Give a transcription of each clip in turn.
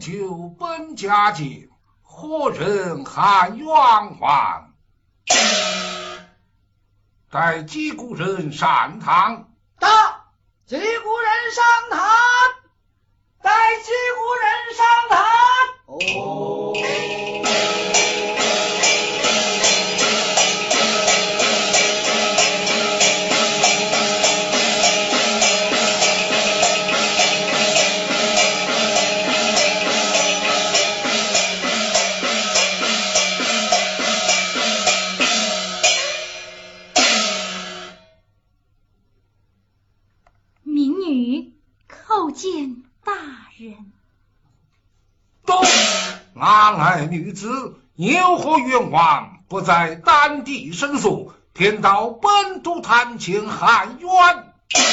就本家境，何人喊冤枉？待击鼓人上堂。 到，击鼓人上堂。待击鼓人上堂。哦。 见大人。 都哪来女子有何冤枉，不在当地申诉，偏到本都探亲喊冤？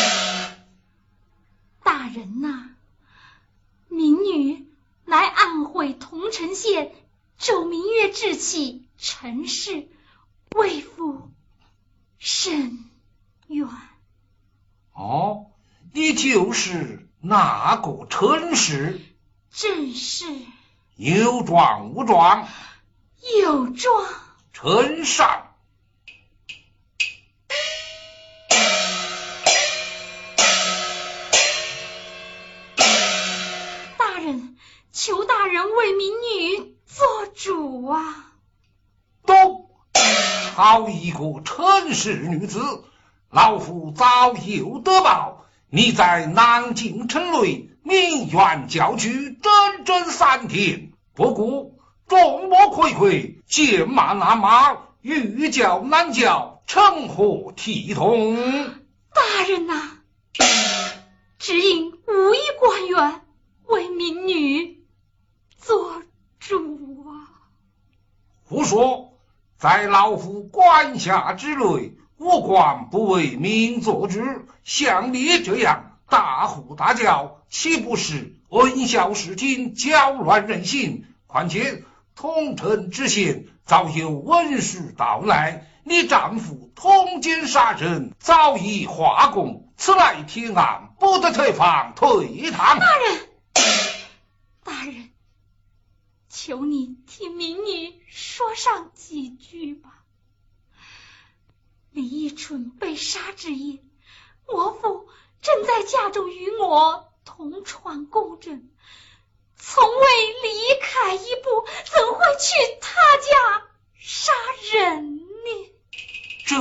大人呐，民女乃安徽桐城县周明月之妻陈氏，为父申冤。 哦，你就是那个陈氏？ 正是。 有状无状？ 有状。 呈上。 大人，求大人为民女做主啊！ 都好一个陈氏女子，老夫早有得报，你在南京城内鸣冤叫屈整整3天，不顾众目睽睽，见骂难骂，欲叫难叫，成何体统？ 大人呐，只因无意官员，为民女做主啊！ 胡说！在老夫管辖之内，无官不为民做主，像你这样大呼大叫，岂不是恩孝视听，搅乱人心？况且桐城知县早有文书到来，你丈夫通奸杀人，早已化供，此乃天案，不得退放退堂。 大人，求你替民女说上几句吧。李义春被杀之夜，我父正在家中与我同床共枕，从未离开一步，怎会去他家杀人呢？ 这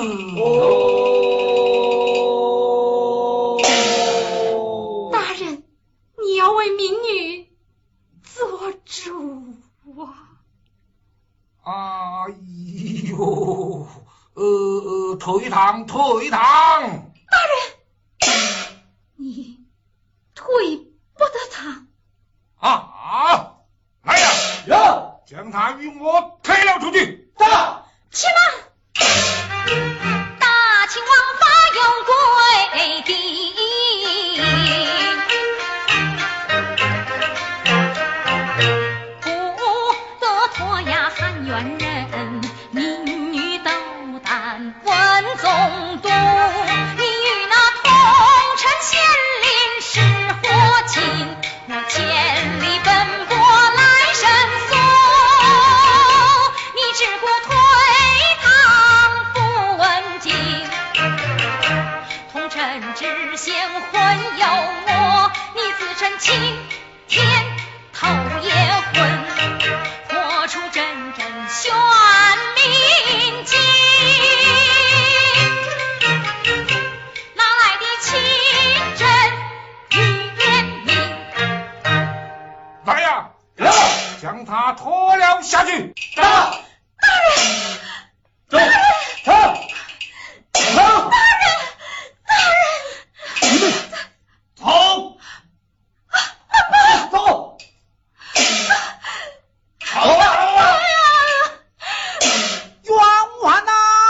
大人，你要为民女做主啊！ 哎呦，退堂退堂！ 大人，你退不得堂啊！来呀！ 有， 将他与我推了出去。 到， 且慢！ 大清王法有规定，不得拖押喊冤人，民女斗胆问总督，你与那桐城县令是何亲？我千里奔波来申诉，你只顾退堂不问津，桐城知县混有我，你自称青天头也昏，活出真正玄冥经，哪来的清真与廉明？ 来呀！ 有， 将他拖了下去。 到，大人， 走，走，走，你们走，走，好啊！冤枉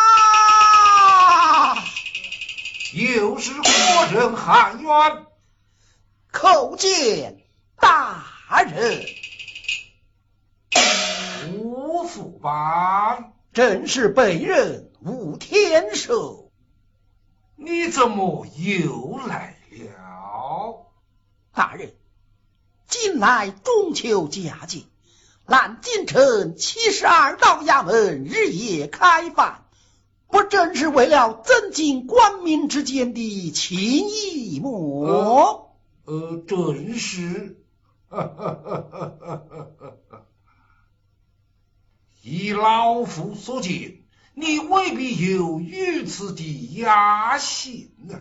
呐！ 又是何人喊冤？ 叩见大人。 吴副班， 正是本人吴天寿。 你怎么又来了？ 大人， 近来中秋佳节，蓝京城72道衙门日夜开饭，不正是为了增进官民之间的情谊么？ 正是。依老夫所见，你未必有如此的雅兴啊。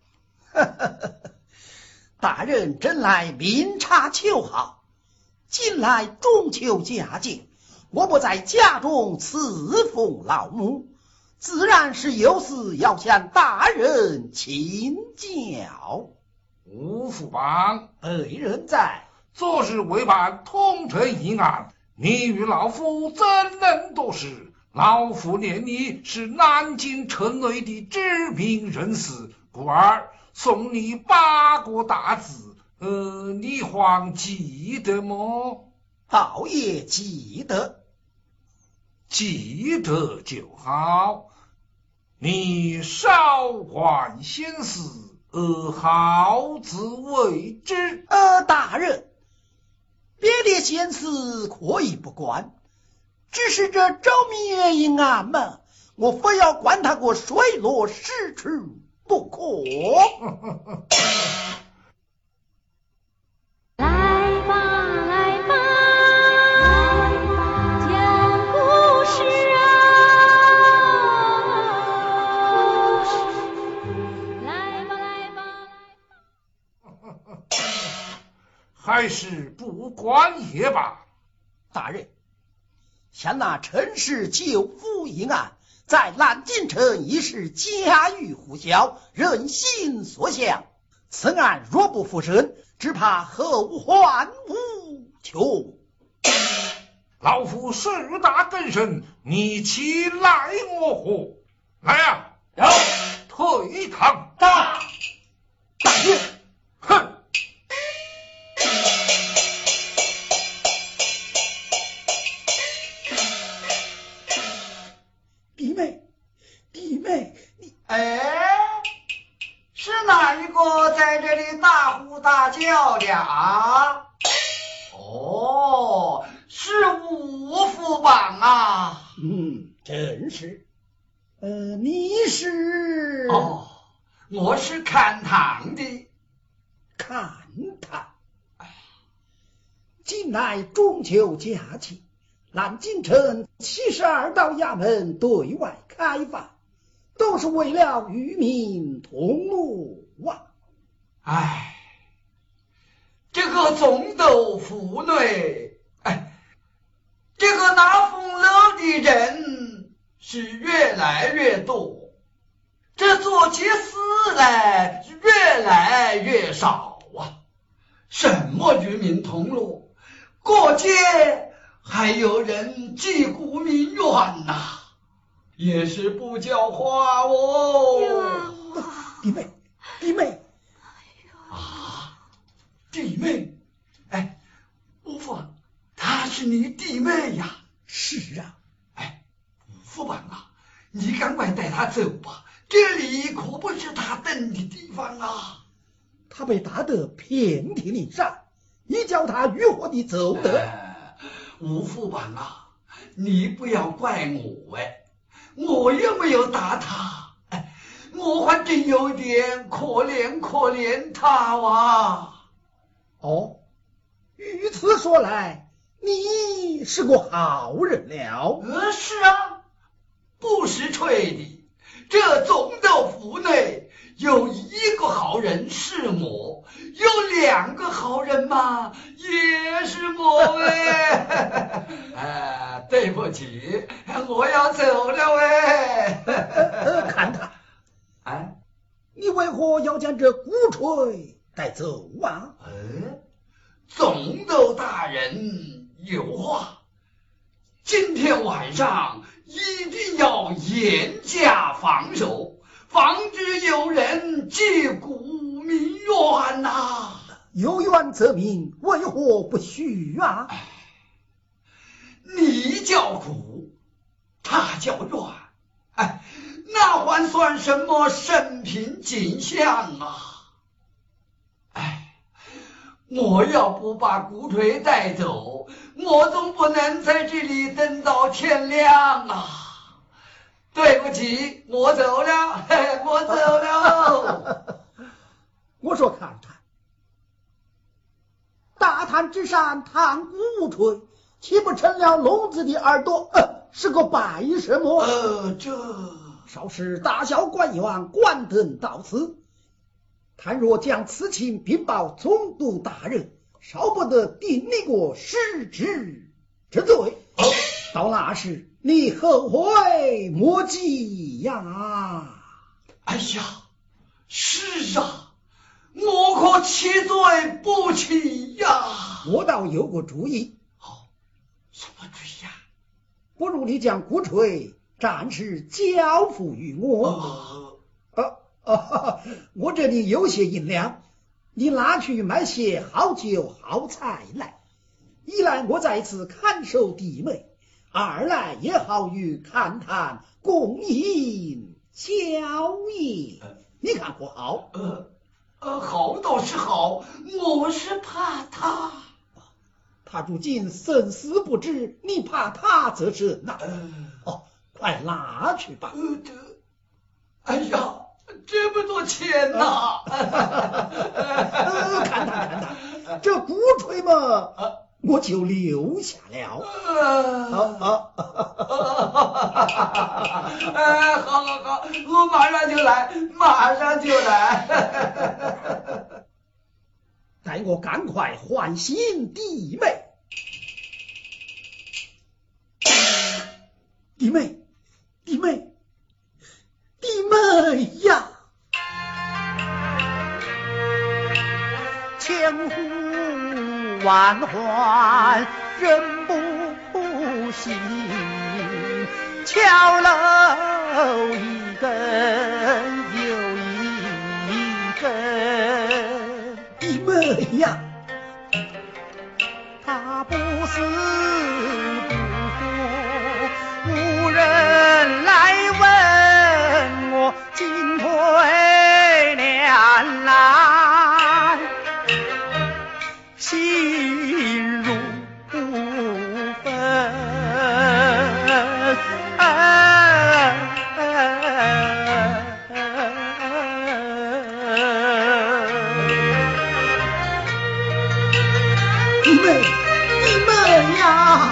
大人真乃明察秋毫。近来中秋佳节，我不在家中侍奉老母，自然是有事要向大人请教。 吴副帮， 本人在。 昨日委办通城一案，你与老夫怎能多事？老夫念你是南京城内的知名人士，故而送你8个大字，你还记得吗？ 倒也记得。 记得就好。你少管闲事，好自为之。 大人，别的闲事可以不管，只是这周明一案嘛，我非要管他个水落石出不可。 来吧，来吧，讲故事啊！来吧，来吧。 还是不管也罢。 大人，像那陈氏救父一案，在南京城已是家喻户晓，人心所向。此案若不复审，只怕后患无穷。 老夫事大更深，你岂赖我何？来呀！ 有退堂。 大人， 哼！ 弟妹，你是哪一个在这里大呼大叫的啊？哦，是吴副帮啊。 真是。你是？ 哦，我是看堂的。 看堂。近来中秋佳期，南京城72道衙门对外开放，都是为了与民同乐啊。 这个总斗府内，这个拿风楼的人是越来越多，这做起事来越来越少啊。什么与民同乐？过节还有人击鼓鸣冤呐，也是不叫话哦。 弟妹啊，弟妹，吴副，她是你弟妹呀？ 是啊。 吴副帮啊，你赶快带她走吧，这里可不是她等的地方啊。 她被打得遍体鳞伤，你叫她如何的走得？ 吴副帮啊，你不要怪我我又没有打她，我还真有点可怜她啊。 哦，于此说来，你是个好人了。 是啊，不是吹的，这总斗府内有1个好人是我，有2个好人嘛，也是我对不起，我要走了看他，你为何要将这鼓吹带走啊？ 总斗大人有话，今天晚上一定要严加防守，防止有人击鼓鸣冤呐。 有冤则鸣，为何不许啊？ 你叫鼓，他叫冤，那还算什么生平景象啊？ 我要不把鼓槌带走，我总不能在这里等到天亮啊！对不起，我走了，我走了。 我说看看，大潭之上弹鼓无吹，岂不成了聋子的耳朵？是个摆什么？稍时大小官员关灯到此，倘若将此情禀报总督大人，少不得定你个失职之罪。到那时你后悔莫及呀！ 哎呀，是啊，我可弃罪不起呀！ 我倒有个主意。 什么主意呀？ 不如你将鼓槌暂时交付于我。我这里有些银两，你拿去买些好酒好菜来。一来我在此看守弟妹，二来也好与看谈共饮宵夜。你看可好？ 好倒是好，我是怕他。 他如今生死不知，你怕他则是那。快拿去吧。 哎呀，这么多钱呐！ 看看，这鼓槌嘛，我就留下了。 好，我马上就来。 待我赶快唤醒弟妹。弟妹呀！ 千呼万唤人不醒，敲楼一根又一根。 弟妹呀！ 他不死不活，无人来问我进退两难，心如焚。 弟妹呀！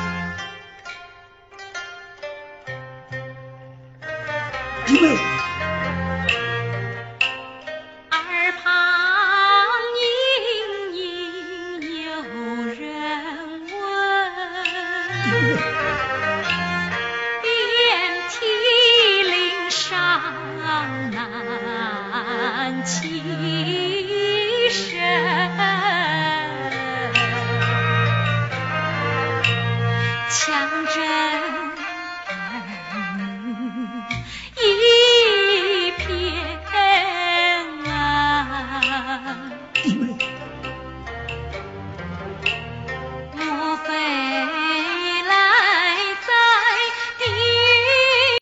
弟妹， 耳旁隐隐有人问。